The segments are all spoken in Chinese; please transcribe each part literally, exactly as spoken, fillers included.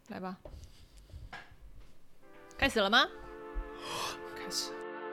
来吧，开始了吗？ 开始。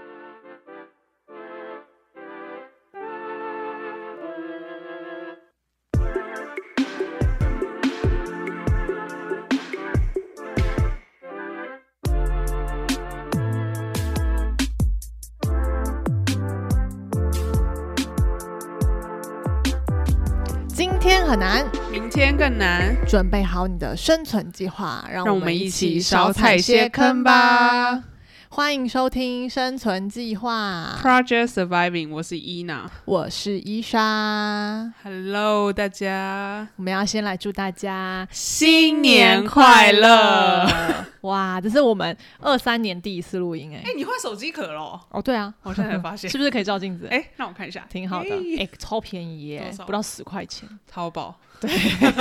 今天很难， 明天更难， 准备好你的生存计划，让我们一起少踩些坑吧。 欢迎收听生存计划 Project Surviving， 我是伊娜， 我是伊莎。 Hello 大家， 我们要先来祝大家新年快乐。 哇，这是我们二三年第一次录音哎、 欸、你换手机壳了哦？对啊， 我现在才发现是不是可以照镜子？ 哎、欸，让我看一下， 挺好的，哎、 欸欸，超便宜耶，不到十块钱， 淘宝， 对，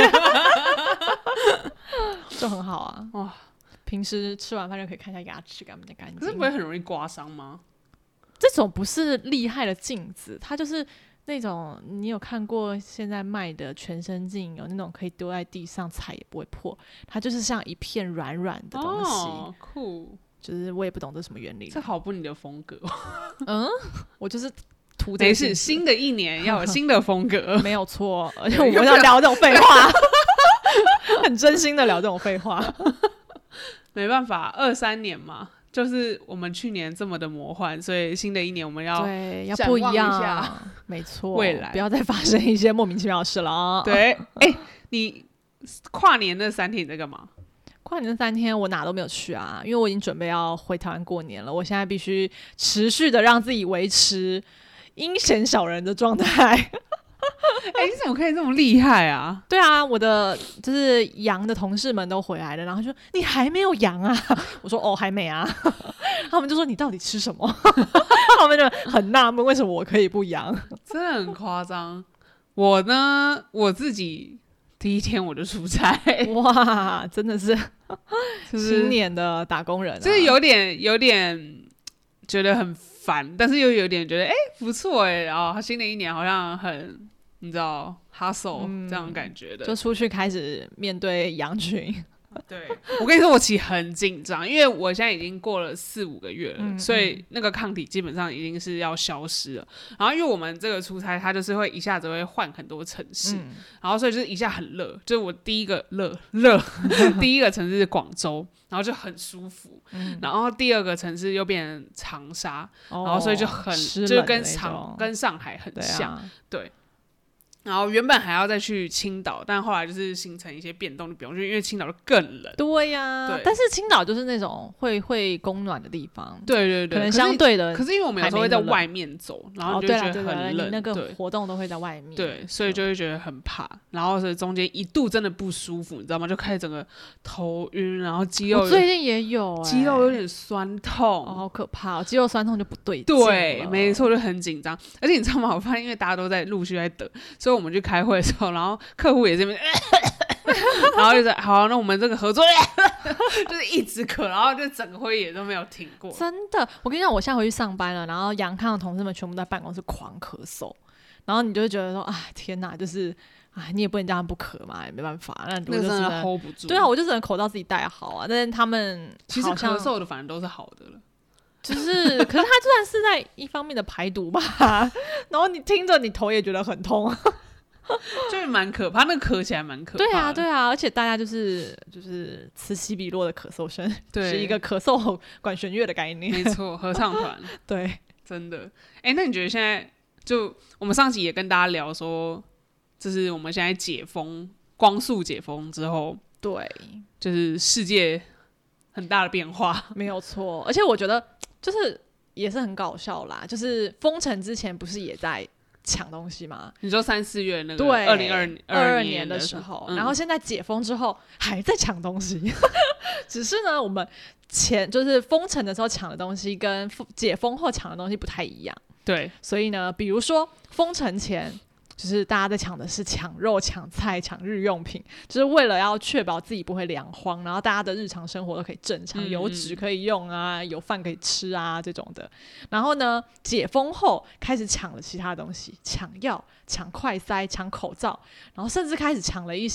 就很好啊。哇，平时吃完饭就可以看一下牙齿干不干净， 可是不会很容易刮伤吗？ 这种不是厉害的镜子，它就是那种你有看过现在卖的全身镜，有那种可以丢在地上踩也不会破，它就是像一片软软的东西。 哦，酷， 就是我也不懂这什么原理， 这好不你的风格。 嗯，我就是涂这个。 没事，新的一年要有新的风格， 没有错。而且我们要聊这种废话，很真心的聊这种废话。 没办法，二三年嘛，就是我们去年这么的魔幻，所以新的一年我们要对要不一样，没错， 未来不要再发生一些莫名其妙的事了啊。 对，哎、欸，你跨年那三天你在干嘛？ 跨年那三天我哪都没有去啊，因为我已经准备要回台湾过年了，我现在必须持续的让自己维持阴险小人的状态。 哎、欸，你怎么可以这么厉害啊？ 对啊，我的就是阳的同事们都回来了，然后就说你还没有阳啊？我说哦还没啊。他们就说你到底吃什么？他们就很纳闷为什么我可以不阳， 真的很夸张。我呢，我自己第一天我就出差， 哇，真的是就是新年的打工人、啊， 就是有点有点觉得很烦，但是又有点觉得哎、欸、不错哎，然后新的一年好像很你知道 hustle、嗯、这样感觉的， 就出去开始面对羊群。 对，我跟你说，我其实很紧张，因为我现在已经过了四五个月了、嗯，所以那个抗体基本上已经是要消失了。然后因为我们这个出差，它就是会一下子会换很多城市、嗯，然后所以就是一下很热，就是我第一个热热第一个城市是广州，然后就很舒服、嗯，然后第二个城市又变成长沙，哦、然后所以就很就跟长跟上海很像，对。啊对，然后原本还要再去青岛，但后来就是形成一些变动，就不用去，因为青岛就更冷。 对呀、啊，但是青岛就是那种会会供暖的地方。 对对对， 可能相对的， 可是因为我们有时候会在外面走，然后你就会觉得很冷， 哦、对你那个活动都会在外面， 对，所以就会觉得很怕。然后是中间一度真的不舒服，你知道吗？就开始整个头晕，然后肌肉， 我最近也有、欸， 肌肉有点酸痛， 哦、好可怕、哦！肌肉酸痛就不对劲， 对，没错，就很紧张。而且你知道吗？我发现因为大家都在陆续在等，所以我们去开会的时候，然后客户也这边，然后就在好，那我们这个合作就是一直咳，然后就整个会议也都没有停过。 真的，我跟你讲，我现在回去上班了，然后阳康的同事们全部在办公室狂咳嗽，然后你就会觉得说，哎，天哪，就是哎，你也不能这样不咳嘛，也没办法，那我就真的 hold 不住。对啊，我就只能口罩自己戴好啊。但是他们其实咳嗽的反正都是好的了。 就是，可是他就算是在一方面的排毒吧，然后你听着你头也觉得很痛， 就是蛮可怕，那个咳起来蛮可怕的。 对啊，对啊，而且大家就是就是此起彼落的咳嗽声， 对， 是一个咳嗽管弦乐的概念， 没错，合唱团， 对， 真的。哎、欸，那你觉得现在就我们上集也跟大家聊说，就是我们现在解封，光速解封之后， 对， 就是世界很大的变化， 没有错。而且我觉得就是也是很搞笑啦，就是封城之前不是也在抢东西吗？ 你说三四月那个对二零二二年的时候、嗯，然后现在解封之后还在抢东西，只是呢，我们前就是封城的时候抢的东西跟解封后抢的东西不太一样。 对， 所以呢，比如说封城前。就是大家在抢的是抢肉、抢菜、抢日用品，就是为了要确保自己不会粮荒，然后大家的日常生活都可以正常，嗯、有纸可以用啊，有饭可以吃啊这种的。然后呢，解封后开始抢了其他东西，抢药、抢快筛、抢口罩，然后甚至开始抢了一些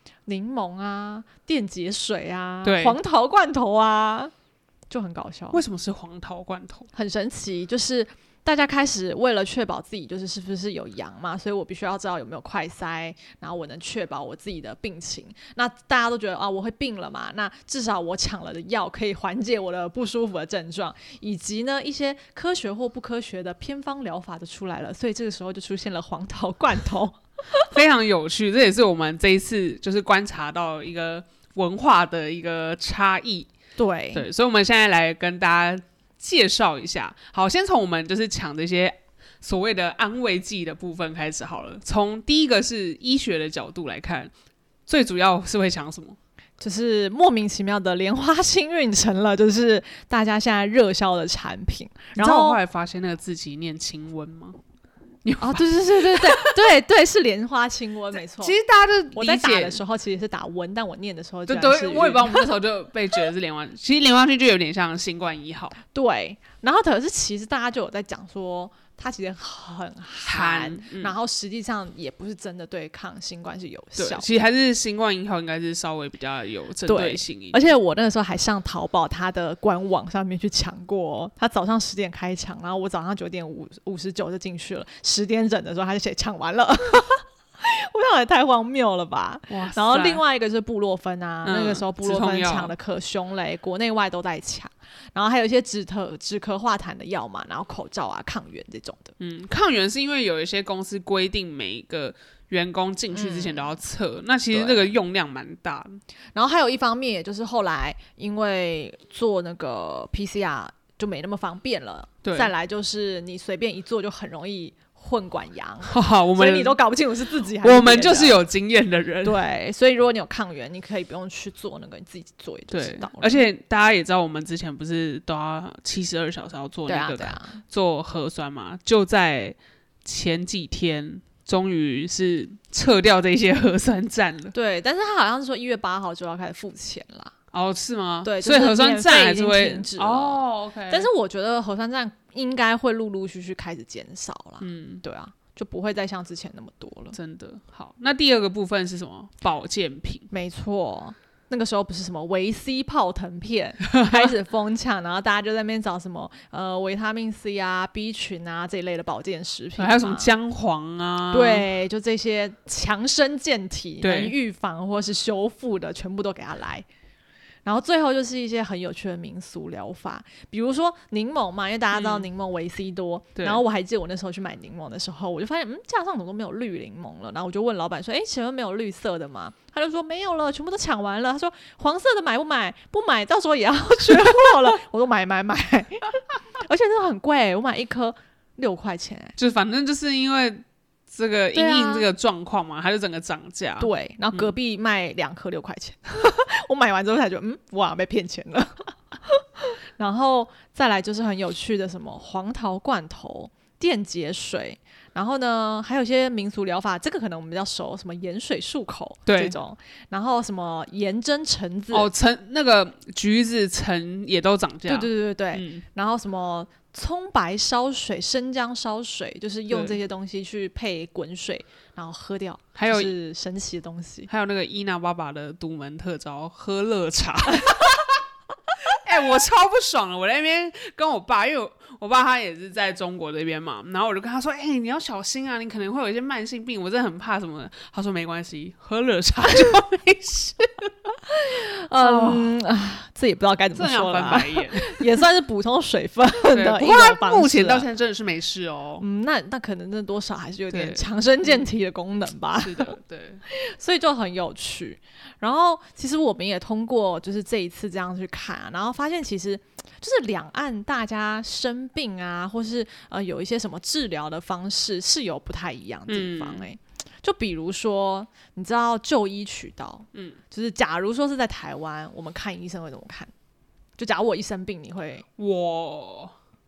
柠檬啊、电解水啊、 对黄桃罐头啊，就很搞笑。 为什么是黄桃罐头？ 很神奇，就是大家开始为了确保自己就是是不是有阳嘛，所以我必须要知道有没有快筛，然后我能确保我自己的病情。那大家都觉得啊，我会病了嘛，那至少我抢了的药可以缓解我的不舒服的症状，以及呢一些科学或不科学的偏方疗法就出来了，所以这个时候就出现了黄桃罐头。 非常有趣，这也是我们这一次就是观察到一个文化的一个差异。 对对，所以我们现在来跟大家介绍一下。好，先从我们就是抢这些所谓的安慰剂的部分开始好了。从第一个是医学的角度来看，最主要是会抢什么？ 就是莫名其妙的莲花清运成了就是大家现在热销的产品。 然后我后来发现那个字其实念清瘟吗？ 哦，对对对对对对对，是莲花清瘟，没错。 其实大家就理解我在打的时候其实是打瘟，但我念的时候对对，我也不知道我们那时候就被觉得是莲花。其实莲花清就有点像新冠一号， 对。然后可是其实大家就有在讲说，它其实很寒，嗯、然后实际上也不是真的对抗新冠是有效。 其实还是新冠一号应该是稍微比较有针对性一点。 而且我那个时候还上淘宝它的官网上面去抢过、哦，它早上十点开抢，然后我早上九点五五十九就进去了，十点整的时候它就写抢完了。我想也太荒谬了吧！然后另外一个就是布洛芬啊，嗯、那个时候布洛芬抢的可凶嘞，国内外都在抢。然后还有一些止咳止咳化痰的药嘛，然后口罩啊、抗原这种的。 嗯，抗原是因为有一些公司规定每一个员工进去之前都要测、嗯，那其实这个用量蛮大的。 然后还有一方面，也就是后来因为做那个 P C R 就没那么方便了，再来就是你随便一做就很容易混管阳，所以你都搞不清楚是自己还是我们就是有经验的人。 对，所以如果你有抗原，你可以不用去做那个，你自己做也就知道了。 而且大家也知道，我们之前不是都要七十二小时要做那个、啊啊、做核酸嘛？就在前几天，终于是撤掉这些核酸站了。 对，但是他好像是说一月八号就要开始付钱啦。 哦，是吗？ 对， 所以核酸站还是会停止了。 哦 ，OK。 但是我觉得核酸站应该会陆陆续续开始减少啦。嗯，对啊，就不会再像之前那么多了。 真的好。那第二个部分是什么？保健品。 没错，那个时候不是什么维 C 泡腾片开始疯抢，然后大家就在那边找什么呃维他命 C 啊、B 群啊这一类的保健食品， 还有什么姜黄啊， 对，就这些强身健体、能预防或是修复的，全部都给他来。然后最后就是一些很有趣的民俗疗法，比如说柠檬嘛，因为大家知道柠檬维 C 多、嗯、然后我还记得我那时候去买柠檬的时候，我就发现嗯架上怎么都没有绿柠檬了，然后我就问老板说，哎，请问没有绿色的吗？他就说没有了，全部都抢完了。他说黄色的买不买？不买，到时候也要缺货了。我说买买买，而且那个很贵，我买一颗六块钱、欸， 就反正就是因为这个因应这个状况嘛，它就整个涨价。 对，然后隔壁卖两颗六块钱。我买完之后才觉得嗯哇被骗钱了。然后再来就是很有趣的什么黄桃罐头、电解水，然后呢还有一些民俗疗法，这个可能我们比较熟，什么盐水漱口这种，然后什么盐蒸橙子， 哦橙那个橘子橙也都涨价， 对对对对对、嗯，然后什么葱白烧水、生姜烧水，就是用这些东西去配滚水，然后喝掉，还有、就是神奇的东西。 还有那个伊娜爸爸的独门特招，喝热茶。哎、欸，我超不爽了！我在那边跟我爸，因为 我, 我爸他也是在中国这边嘛，然后我就跟他说：“哎、欸，你要小心啊，你可能会有一些慢性病，我真的很怕什么的。”他说：“没关系，喝热茶就没事。” 嗯、哦，这也不知道该怎么说了、啊， 翻白眼也算是补充水分的一种方式、啊。 目前到现在真的是没事哦。 嗯，那那可能那多少还是有点强身健体的功能吧。 是的，对， 所以就很有趣。然后其实我们也通过就是这一次这样去看、啊，然后发现其实就是两岸大家生病啊，或是呃有一些什么治疗的方式是有不太一样的地方哎、欸。嗯，就比如说，你知道就医渠道，嗯，就是假如说是在台湾，我们看医生会怎么看？就假如我一生病，你会我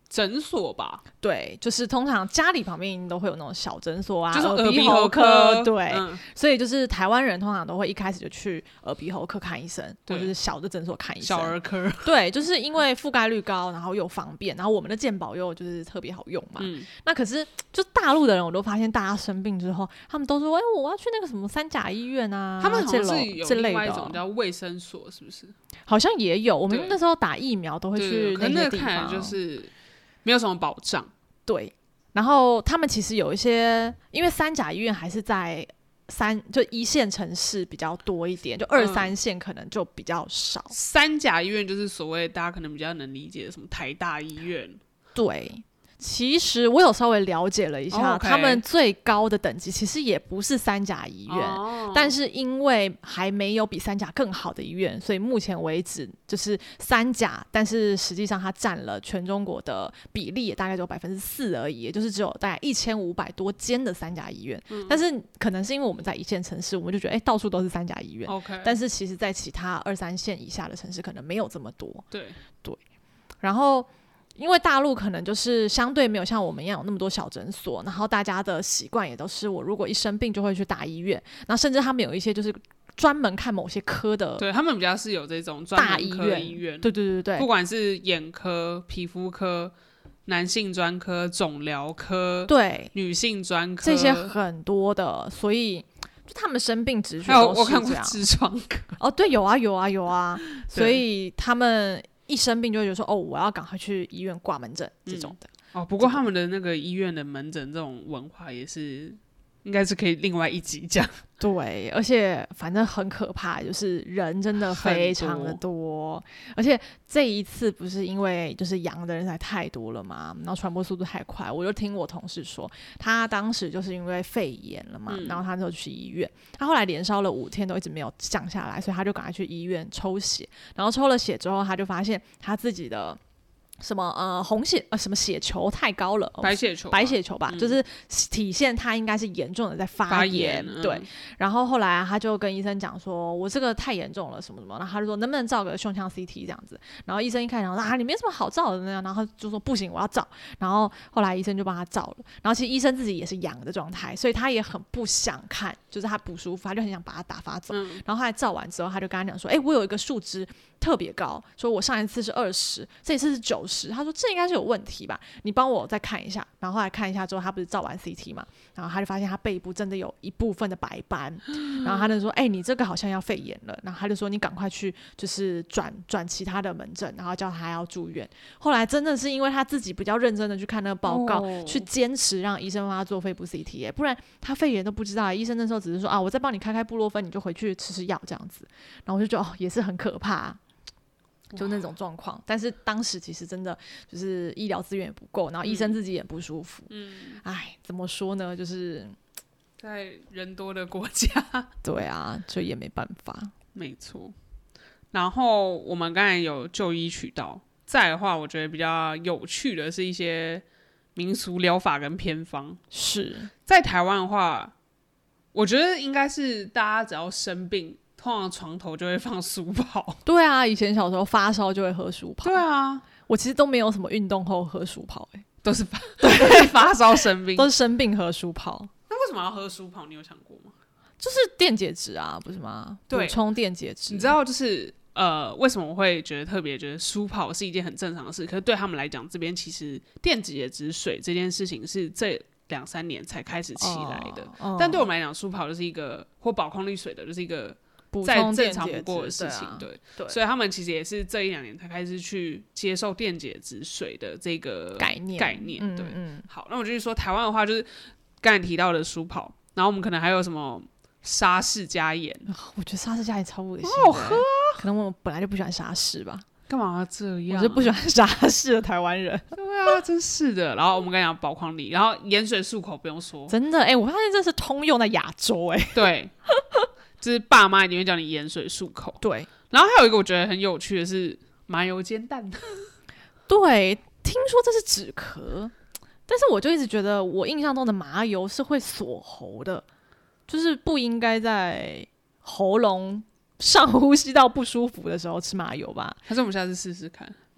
诊所吧， 对，就是通常家里旁边都会有那种小诊所啊， 就是耳鼻喉科，对、 嗯， 所以就是台湾人通常都会一开始就去耳鼻喉科看医生，或对者是小的诊所看医生， 小儿科， 对，就是因为覆盖率高，然后又方便，然后我们的健保又就是特别好用嘛。 嗯， 那可是就大陆的人，我都发现大家生病之后，他们都说，哎、我要去那个什么三甲医院啊， 他们好像是有这类另外一种的， 叫卫生所，是不是？ 好像也有。我们对那时候打疫苗都会对去可是那个些地方， 看来就是没有什么保障。 对。然后他们其实有一些，因为三甲医院还是在三就一线城市比较多一点，就二三线可能就比较少。 嗯、三甲医院就是所谓大家可能比较能理解的什么台大医院， 对。其实我有稍微了解了一下， oh, okay. 他们最高的等级其实也不是三甲医院， oh. 但是因为还没有比三甲更好的医院，所以目前为止就是三甲，但是实际上它占了全中国的比例也大概只有百分之四而已，也就是只有大概一千五百多间的三甲医院、嗯。但是可能是因为我们在一线城市，我们就觉得哎、欸，到处都是三甲医院。 Okay. 但是其实在其他二三线以下的城市可能没有这么多。 对对，然后。因为大陆可能就是相对没有像我们一样有那么多小诊所，然后大家的习惯也都是我如果一生病就会去大医院，然后甚至他们有一些就是专门看某些科的， 对他们比较是有这种专门科医院， 对对对对， 不管是眼科、皮肤科、男性专科、肿瘤科， 对， 女性专科， 这些很多的，所以就他们生病直觉都是这样。 还有我看过痔疮科， 哦，对，有啊有啊有啊，所以他们。一生病就会觉得说哦，我要赶快去医院挂门诊这种的、 嗯、哦。不过他们的那个医院的门诊这种文化也是，应该是可以另外一集讲。 对，而且反正很可怕，就是人真的非常的多，而且这一次不是因为就是阳的人才太多了嘛，然后传播速度太快，我就听我同事说，他当时就是因为肺炎了嘛，嗯、然后他就去医院，他后来连烧了五天都一直没有降下来，所以他就赶快去医院抽血，然后抽了血之后，他就发现他自己的。什么呃红血呃什么血球太高了， 白血球、啊、 白血球吧、嗯，就是体现他应该是严重的在发炎，发炎嗯、对。然后后来、啊、他就跟医生讲说，我这个太严重了什么什么，然后他就说能不能照个胸腔 C T 这样子，然后医生一看，然后啊你没什么好照的那样，然后他就说不行我要照，然后后来医生就帮他照了，然后其实医生自己也是阳的状态，所以他也很不想看，就是他不舒服，他就很想把他打发走，嗯、然后后来照完之后，他就跟他讲说，哎、欸，我有一个数值特别高，说我上一次是二十，这一次是九十，他说这应该是有问题吧，你帮我再看一下。然后后来看一下之后，他不是照完 C T 嘛，然后他就发现他背部真的有一部分的白斑，然后他就说，哎、欸，你这个好像要肺炎了，然后他就说你赶快去就是转转其他的门诊，然后叫他要住院。后来真的是因为他自己比较认真的去看那个报告，哦、去坚持让医生帮他做肺部 C T， 欸、不然他肺炎都不知道，医生那时候只是说啊，我再帮你开开布洛芬，你就回去吃吃药这样子。然后我就觉得哦，也是很可怕、啊。就那种状况，但是当时其实真的就是医疗资源也不够，然后医生自己也不舒服。嗯，哎，怎么说呢？就是在人多的国家， 对啊，就也没办法。 没错。然后我们刚才有就医渠道，再的话，我觉得比较有趣的是一些民俗疗法跟偏方。 是在台湾的话，我觉得应该是大家只要生病。通常床头就会放舒跑。 对啊，以前小时候发烧就会喝舒跑。 对啊， 我其实都没有什么运动后喝舒跑、欸， 都是发对发烧生病， 都是生病喝舒跑。 那为什么要喝舒跑？你有想过吗？ 就是电解质啊，不是吗？补充电解质。 你知道，就是呃，为什么我会觉得特别觉得舒跑是一件很正常的事？可是对他们来讲，这边其实电解质水这件事情是这两三年才开始起来的。哦哦、但对我们来讲，舒跑就是一个或宝矿力水的，就是一个。再正常不过的事情，对、啊、对，所以他们其实也是这一两年才开始去接受电解质水的这个概念概念，对， 嗯嗯、 好，那我就是说台湾的话，就是刚才提到的舒跑，然后我们可能还有什么沙士加盐， 我觉得沙士加盐超恶心， 好好喝、啊， 可能我本来就不喜欢沙士吧。 干嘛要这样？ 我是不喜欢沙士的台湾人。 对啊，真是的。然后我们刚才讲宝矿力，然后盐水漱口不用说， 真的，哎、欸，我发现这是通用在亚洲、欸，哎， 对。就是爸妈一定会叫你盐水漱口， 对。 然后还有一个我觉得很有趣的是麻油煎蛋， 对，听说这是止咳，但是我就一直觉得我印象中的麻油是会锁喉的，就是不应该在喉咙上呼吸道不舒服的时候吃麻油吧？ 还是我们下次试试看？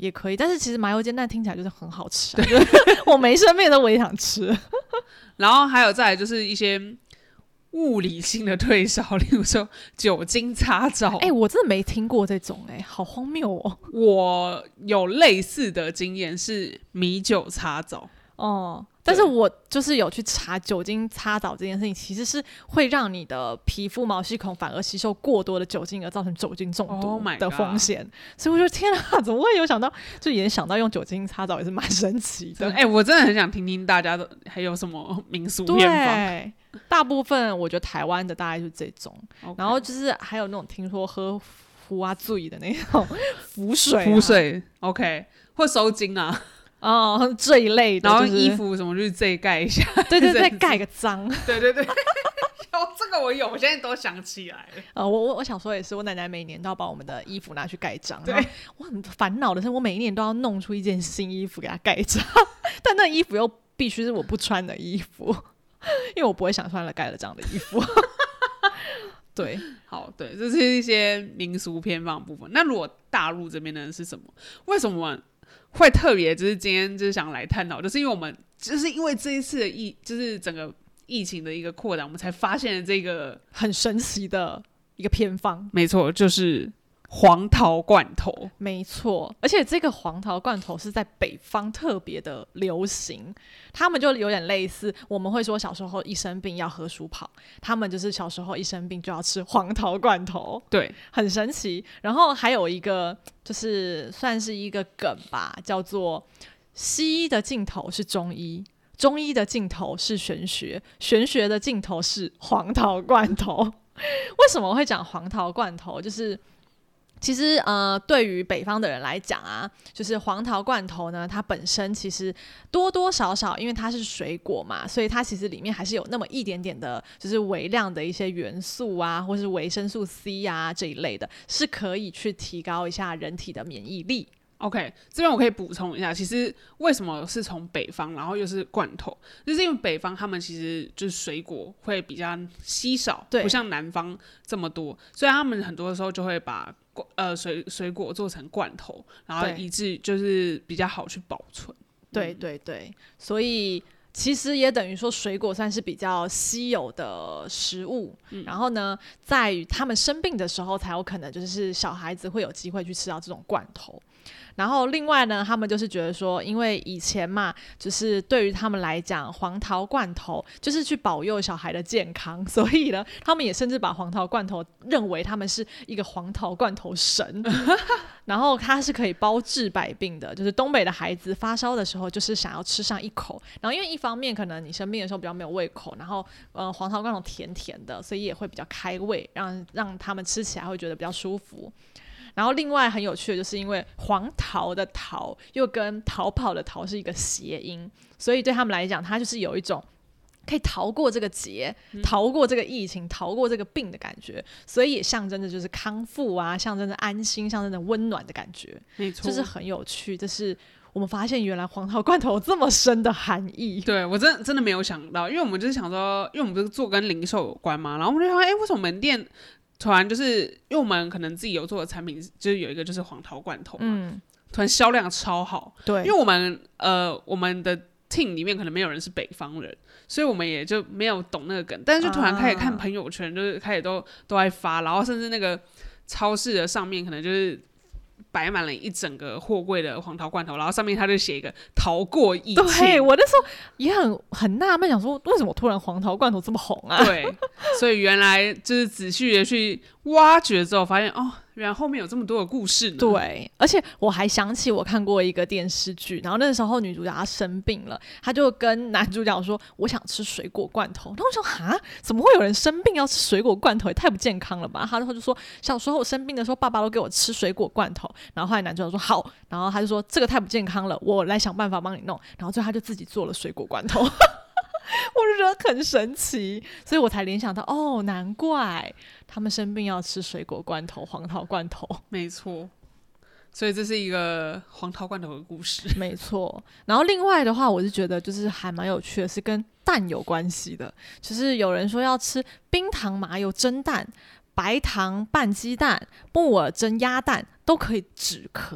也可以，但是其实麻油煎蛋听起来就是很好吃、啊，我没生病的我也想吃。 然后还有再来就是一些物理性的退烧，例如说酒精擦澡。 哎、欸，我真的没听过这种、欸，哎，好荒谬哦。 我有类似的经验是米酒擦澡。 哦，但是我就是有去查酒精擦澡这件事情，其实是会让你的皮肤毛细孔反而吸收过多的酒精，而造成酒精中毒的风险。Oh、所以我觉得天啊，怎么会有想到，就也想到用酒精擦澡也是蛮神奇的。 哎、欸，我真的很想听听大家的还有什么民俗偏方。 对，大部分我觉得台湾的大概就是这种， okay. 然后就是还有那种听说喝浮啊醉的那种浮水、啊， 浮水 OK， 或收精啊。 哦，这一类的、就是， 然后衣服什么就是自己盖一下， 对对对，盖个章， 对对对，有这个我有，我现在都想起来了。 呃，我我我小时候也是，我奶奶每年都要把我们的衣服拿去盖章， 对， 我很烦恼的是，我每一年都要弄出一件新衣服给它盖章，但那衣服又必须是我不穿的衣服，因为我不会想穿了盖了章的衣服。对， 好，对，这是一些民俗偏方的部分。那如果大陆这边的是什么？为什么会特别就是今天就是想来探讨，就是因为我们就是因为这一次的疫，就是整个疫情的一个扩展，我们才发现了这个很神奇的一个偏方。 没错，就是黄桃罐头。 没错，而且这个黄桃罐头是在北方特别的流行，他们就有点类似我们会说小时候一生病要喝舒跑，他们就是小时候一生病就要吃黄桃罐头。 对， 很神奇。然后还有一个就是算是一个梗吧，叫做西医的尽头是中医，中医的尽头是玄学，玄学的尽头是黄桃罐头。为什么会讲黄桃罐头？就是其实呃，对于北方的人来讲啊，就是黄桃罐头呢，它本身其实多多少少，因为它是水果嘛，所以它其实里面还是有那么一点点的，就是微量的一些元素啊，或是维生素 C 啊这一类的，是可以去提高一下人体的免疫力。 OK， 这边我可以补充一下，其实为什么是从北方，然后又是罐头，就是因为北方他们其实就是水果会比较稀少，不像南方这么多，所以他们很多的时候就会把呃水水果做成罐头，然后以致就是比较好去保存。 对对对，所以其实也等于说水果算是比较稀有的食物、嗯、然后呢在于他们生病的时候才有可能就是小孩子会有机会去吃到这种罐头。然后另外呢，他们就是觉得说，因为以前嘛，就是对于他们来讲，黄桃罐头就是去保佑小孩的健康，所以呢，他们也甚至把黄桃罐头认为他们是一个黄桃罐头神，然后它是可以包治百病的。就是东北的孩子发烧的时候，就是想要吃上一口，然后因为一方面可能你生病的时候比较没有胃口，然后呃黄桃罐头甜甜的，所以也会比较开胃，让让他们吃起来会觉得比较舒服。然后另外很有趣的就是因为黄桃的桃又跟逃跑的逃是一个谐音，所以对他们来讲它就是有一种可以逃过这个劫、嗯、逃过这个疫情、逃过这个病的感觉，所以也象征着就是康复啊，象征着安心，象征着温暖的感觉。 没错， 就是很有趣，就是我们发现原来黄桃罐头有这么深的含义。 对，我真的真的没有想到，因为我们就是想说，因为我们不是做跟零售有关嘛，然后我们就想哎，为什么门店突然就是因为我们可能自己有做的产品，就是有一个就是黄桃罐头嘛，嗯，突然销量超好。对，因为我们呃我们的 team 里面可能没有人是北方人，所以我们也就没有懂那个梗，但是就突然开始看朋友圈，就是开始都都在发，然后甚至那个超市的上面可能就是摆满了一整个货柜的黄桃罐头，然后上面他就写一个逃过疫情。 对，我那时候也很很纳闷，想说为什么突然黄桃罐头这么红啊？ 对，所以原来就是仔细的去挖掘之后，发现哦，原来后面有这么多的故事呢。对， 而且我还想起我看过一个电视剧，然后那时候女主角她生病了，她就跟男主角说：“我想吃水果罐头。”然后我说：“哈，怎么会有人生病要吃水果罐头？也太不健康了吧！”他就说：“小时候我生病的时候，爸爸都给我吃水果罐头。”然后后来男主角说：“好。”然后他就说：“这个太不健康了，我来想办法帮你弄。”然后最后他就自己做了水果罐头。我就觉得很神奇，所以我才联想到哦，难怪他们生病要吃水果罐头、黄桃罐头。 没错，所以这是一个黄桃罐头的故事。 没错，然后另外的话，我是觉得就是还蛮有趣的，是跟蛋有关系的，就是有人说要吃冰糖麻油蒸蛋、白糖拌鸡蛋、木耳蒸鸭蛋，都可以止咳。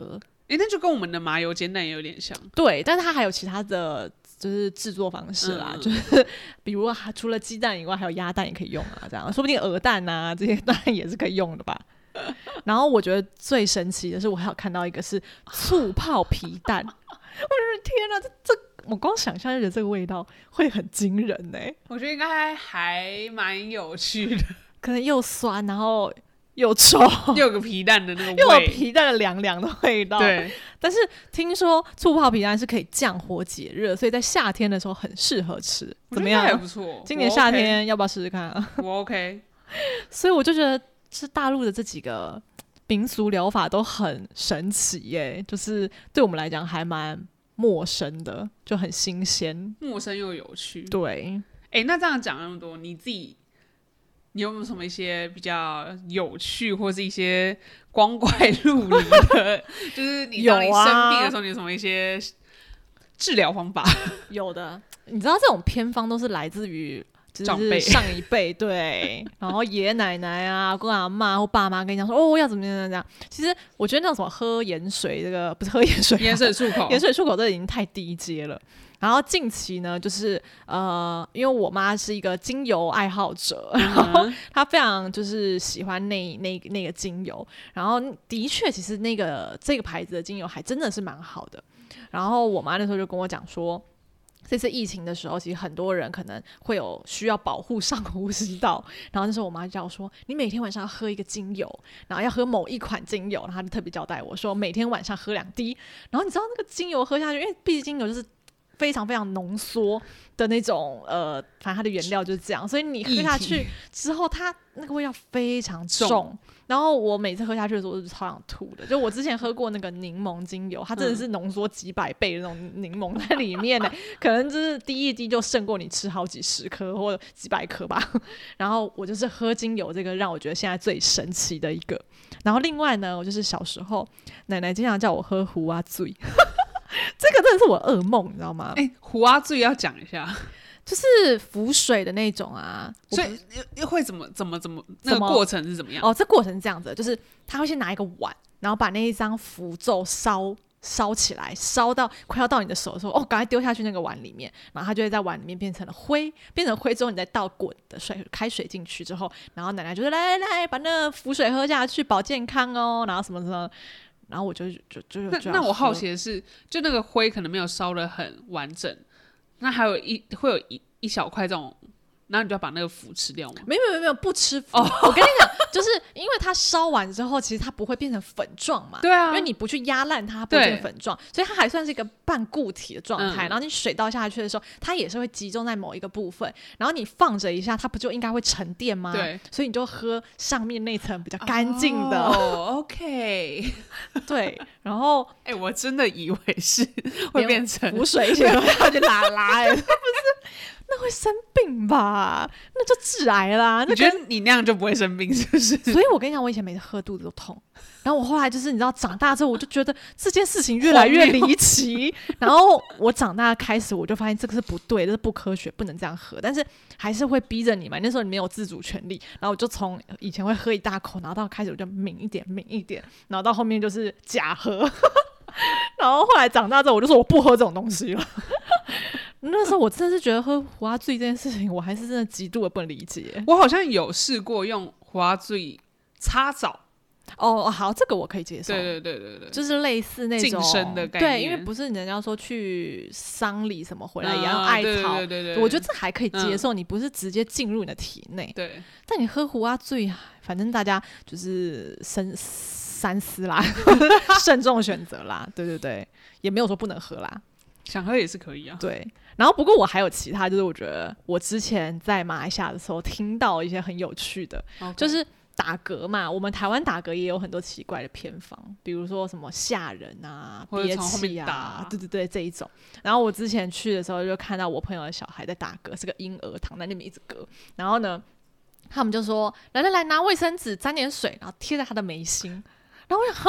哎、欸，那就跟我们的麻油煎蛋也有点像。 对，但是它还有其他的就是制作方式啦，嗯、就是比如除了鸡蛋以外，还有鸭蛋也可以用啊，这样说不定鹅蛋啊这些当然也是可以用的吧。然后我觉得最神奇的是，我还有看到一个是醋泡皮蛋，我的天哪，这这我光想象就觉得这个味道会很惊人呢、欸。 我觉得应该还蛮有趣的， 可能又酸，然后又臭， 又有个皮蛋的那个味， 又有皮蛋的凉凉的味道。 对， 但是听说醋泡皮蛋是可以降火解热，所以在夏天的时候很适合吃。怎么样？ 还不错。 今年夏天、OK、要不要试试看啊？ 我 OK。 所以我就觉得，是大陆的这几个民俗疗法都很神奇耶，就是对我们来讲还蛮陌生的，就很新鲜， 陌生又有趣。 对， 哎、欸，那这样讲那么多，你自己。你有没有什么一些比较有趣，或是一些光怪陆离的？就是你当你生病的时候，你有什么一些治疗方法？ 有的，你知道这种偏方都是来自于就是上一辈，对，然后爷爷奶奶啊、公阿嬷或爸妈跟你讲说，哦，要怎么样怎么样。其实我觉得那种什么喝盐水，这个不是喝盐水、啊， 盐水漱口， 盐水漱口这已经太低阶了。然后近期呢，就是呃，因为我妈是一个精油爱好者，然后她非常就是喜欢那那那个精油，然后的确，其实那个这个牌子的精油还真的是蛮好的。然后我妈那时候就跟我讲说，这次疫情的时候，其实很多人可能会有需要保护上呼吸道，然后那时候我妈就叫我说，你每天晚上要喝一个精油，然后要喝某一款精油，然后她就特别交代我说，每天晚上喝两滴。然后你知道那个精油喝下去，因为毕竟精油就是非常非常浓缩的那种，呃，反正它的原料就是这样，所以你喝下去之后，它那个味道非常重。重然后我每次喝下去的时候，我就超想吐的。就我之前喝过那个柠檬精油，它真的是浓缩几百倍的那种柠檬在里面呢，可能就是滴一滴就胜过你吃好几十颗或者几百颗吧。然后我就是喝精油这个让我觉得现在最神奇的一个。然后另外呢，我就是小时候奶奶经常叫我喝胡啊醉。这个真的是我噩梦，你知道吗？ 哎、欸，胡啊醉要讲一下， 就是浮水的那种啊。 所以会怎么怎么怎么那个过程是怎么样？ 哦，这过程是这样子的，就是他会先拿一个碗，然后把那一张符咒烧烧起来，烧到快要到你的手的时候，哦，赶快丢下去那个碗里面，然后它就会在碗里面变成了灰，变成灰之后，你再倒滚的水开水进去之后，然后奶奶就说来来来，把那个符水喝下去，保健康哦，然后什么什么。然后我就就就就那那我好奇的是，就那个灰可能没有烧得很完整，那还有一会有一一小块这种，然后你就要把那个符吃掉吗？ 没有没有没有，不吃符。哦、我跟你讲，就是因为它烧完之后，其实它不会变成粉状嘛。 对啊， 因为你不去压烂它，它不会变成粉状，所以它还算是一个半固体的状态、嗯。然后你水倒下去的时候，它也是会集中在某一个部分。然后你放着一下，它不就应该会沉淀吗？对，所以你就喝上面那层比较干净的。 哦 ，OK， 对。然后， 哎、欸，我真的以为是会变成浮水一起喝下去拉拉、欸，不是。那会生病吧？那就致癌啦。 你觉得你那样就不会生病是不是？ 所以我跟你讲，我以前每次喝肚子都痛，然后我后来就是你知道长大之后，我就觉得这件事情越来越离奇。然后我长大开始，我就发现这个是不对，这是不科学，不能这样喝。但是还是会逼着你嘛，那时候你没有自主权利。然后我就从以前会喝一大口，然后到开始我就抿一点，抿一点，然后到后面就是假喝。然后后来长大之后，我就说我不喝这种东西了。那时候我真的是觉得喝胡阿醉这件事情，我还是真的极度的不能理解。 我好像有试过用胡阿醉擦澡。 哦，好，这个我可以接受。 对对对对对， 就是类似那种净身的概念。 对，因为不是人家说去丧礼什么回来也要艾草、 嗯，对对 对, 对， 我觉得这还可以接受、嗯。你不是直接进入你的体内，对。但你喝胡阿醉，反正大家就是深三思啦，慎重选择啦。对对对，也没有说不能喝啦。 想喝也是可以啊。 对，然后不过我还有其他，就是我觉得我之前在马来西亚的时候听到一些很有趣的， okay. 就是打嗝嘛，我们台湾打嗝也有很多奇怪的偏方，比如说什么吓人啊、憋气啊，对对对这一种。然后我之前去的时候就看到我朋友的小孩在打嗝，是个婴儿躺在那边一直嗝，然后呢，他们就说来来来拿卫生纸沾点水，然后贴在他的眉心，然后我想哈。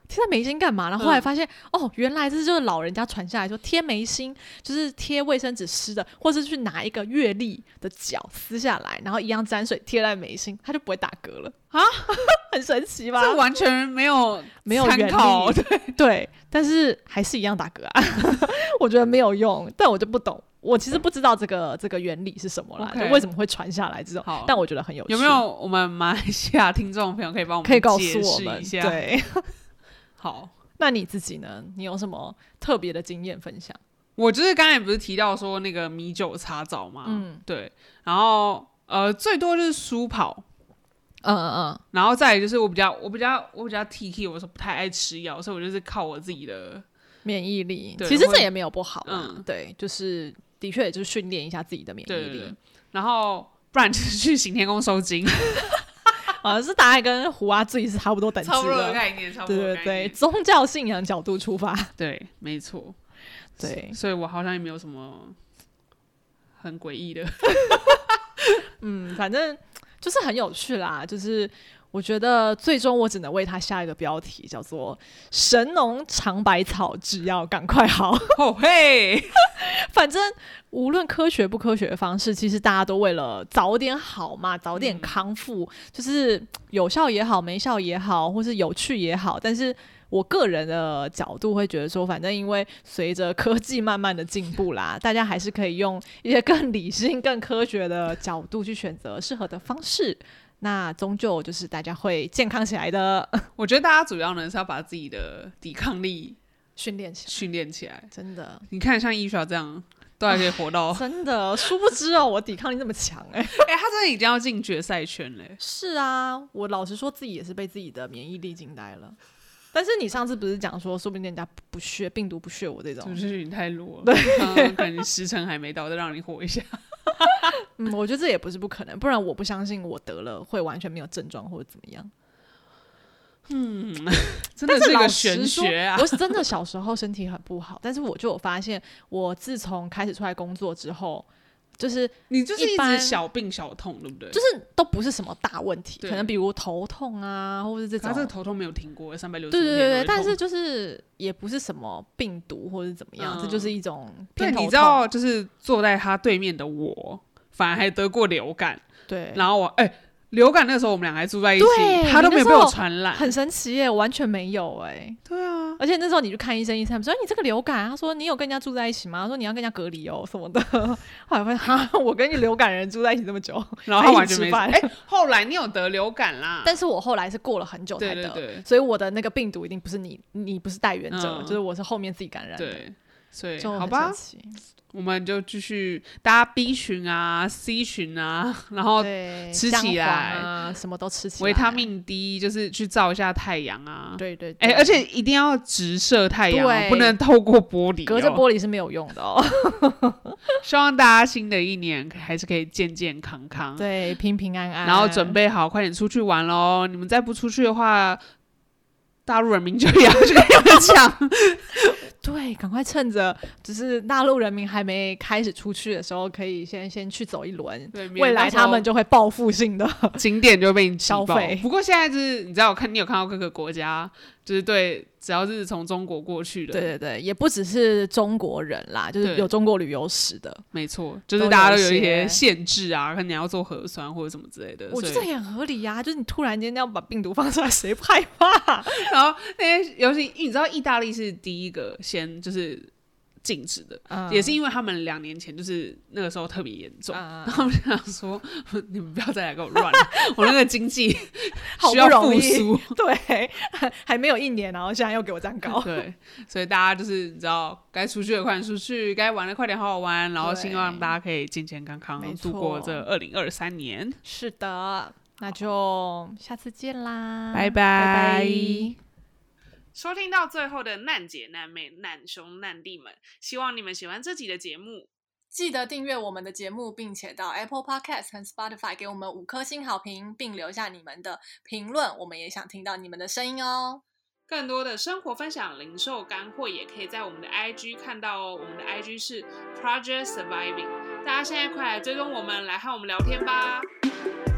贴在眉心干嘛？然后后来发现、嗯、哦，原来这就是老人家传下来说贴眉心就是贴卫生纸湿的，或是去拿一个月历的角撕下来，然后一样沾水贴在眉心，它就不会打嗝了啊，很神奇吧？ 这完全没有没有原理，对对，但是还是一样打嗝啊，我觉得没有用，但我就不懂。我其实不知道这个这个原理是什么啦， okay. 就为什么会传下来这种，但我觉得很有趣。 有没有我们马来西亚听众朋友可以帮我们可以告诉解我们释一下？ 对， 好， 那你自己呢？你有什么特别的经验分享？ 我就是刚才不是提到说那个米酒茶枣嘛，嗯，对，然后呃最多就是舒跑。 嗯嗯嗯， 然后再来就是我比较我比较我比较 T K， 我说不太爱吃药，所以我就是靠我自己的免疫力。其实这也没有不好啦，嗯，对，就是的确也就是训练一下自己的免疫力。 对对对，然后不然就是去行天宫收金。 啊，是大概跟胡阿醉是差不多等级的， 差不多的概念，差不多的概念。 对对对，宗教信仰角度出发， 对，没错。 对， 所以我好像也没有什么很诡异的。 嗯，反正就是很有趣啦，就是我觉得最终我只能为他下一个标题，叫做“神农尝百草，只要赶快好”。 哦嘿， 反正无论科学不科学的方式，其实大家都为了早点好嘛，早点康复，嗯，就是有效也好，没效也好，或是有趣也好，但是我个人的角度会觉得说，反正因为随着科技慢慢的进步啦，大家还是可以用一些更理性、更科学的角度去选择适合的方式。那终究就是大家会健康起来的。 我觉得大家主要呢是要把自己的抵抗力训练起来， 训练起来。 真的， 你看像伊莎这样，都还可以活到真的，殊不知哦，我抵抗力这么强哎、欸！ 哎、欸，他真的已经要进决赛圈嘞。 是啊，我老实说，自己也是被自己的免疫力惊呆了。但是你上次不是讲说，说不定人家不屑病毒不屑我这种， 就是你太弱了， 对， 嗯，可能时辰还没到，再让你活一下。 嗯，我觉得这也不是不可能，不然我不相信我得了会完全没有症状或者怎么样。 嗯，真的是一个玄学啊！ 我是真的小时候身体很不好，但是我就有发现，我自从开始出来工作之后，就是你就是一直小病小痛，对不对？ 就是都不是什么大问题，可能比如头痛啊，或者这种。 他这个头痛没有停过，三百六十对对对对，但是就是也不是什么病毒或者怎么样，嗯、这就是一种偏头痛。 对，你知道，就是坐在他对面的我，反而还得过流感。 对， 然后我哎。欸流感那时候我们两个还住在一起，他都没有被我传染， 很神奇耶，我完全没有哎。 对啊， 而且那时候你去看医生，医生说你这个流感，他说你有跟人家住在一起吗？他说你要跟人家隔离哦什么的。后来发现哈，我跟你流感人住在一起这么久， 然后他完全没哎、欸。后来你有得流感啦， 但是我后来是过了很久才得， 对对对， 所以我的那个病毒一定不是你，你不是带源者，嗯、就是我是后面自己感染的。 对，所以就好吧。我们就继续大家 B 群啊 C 群啊，然后吃起来啊，什么都吃起来， 维他命 D 就是去照一下太阳啊， 对对对， 欸，而且一定要直射太阳，不能透过玻璃， 隔着玻璃是没有用的哦。 希望大家新的一年还是可以健健康康， 对，平平安安， 然后准备好快点出去玩咯。你们再不出去的话，大陆人民就也要去跟你们讲。 对，赶快趁着就是大陆人民还没开始出去的时候，可以先先去走一轮，未来他们就会报复性的景点就被你消费。 不过现在就是你知道，我看你有看到各个国家，就是对只要是从中国过去的， 对对对，也不只是中国人啦，就是有中国旅游史的， 没错，就是大家都有一些限制啊，看你要做核酸或者什么之类的。 我觉得也很合理啊，就是你突然间要把病毒放出来，谁害怕？ 然后那些尤其你知道，意大利是第一个先就是禁止的，嗯、也是因为他们两年前就是那个时候特别严重，嗯、然后我就想说，你们不要再来给我乱了，我那个经济需要复苏， 对，还没有一年，然后现在又给我这样搞， 对，所以大家就是你知道，该出去的快点出去，该玩的快点好好玩，然后希望大家可以健健康康度过这二零二三年。 是的，那就下次见啦， 拜拜。 拜拜。 收听到最后的难姐难妹难兄难弟们，希望你们喜欢这集的节目， 记得订阅我们的节目，并且到 Apple Podcast 和 Spotify 给我们五颗星好评，并留下你们的评论，我们也想听到你们的声音哦。 更多的生活分享、零售干货也可以在我们的 I G 看到哦，我们的 I G 是 Project Surviving， 大家现在快来追踪我们，来和我们聊天吧。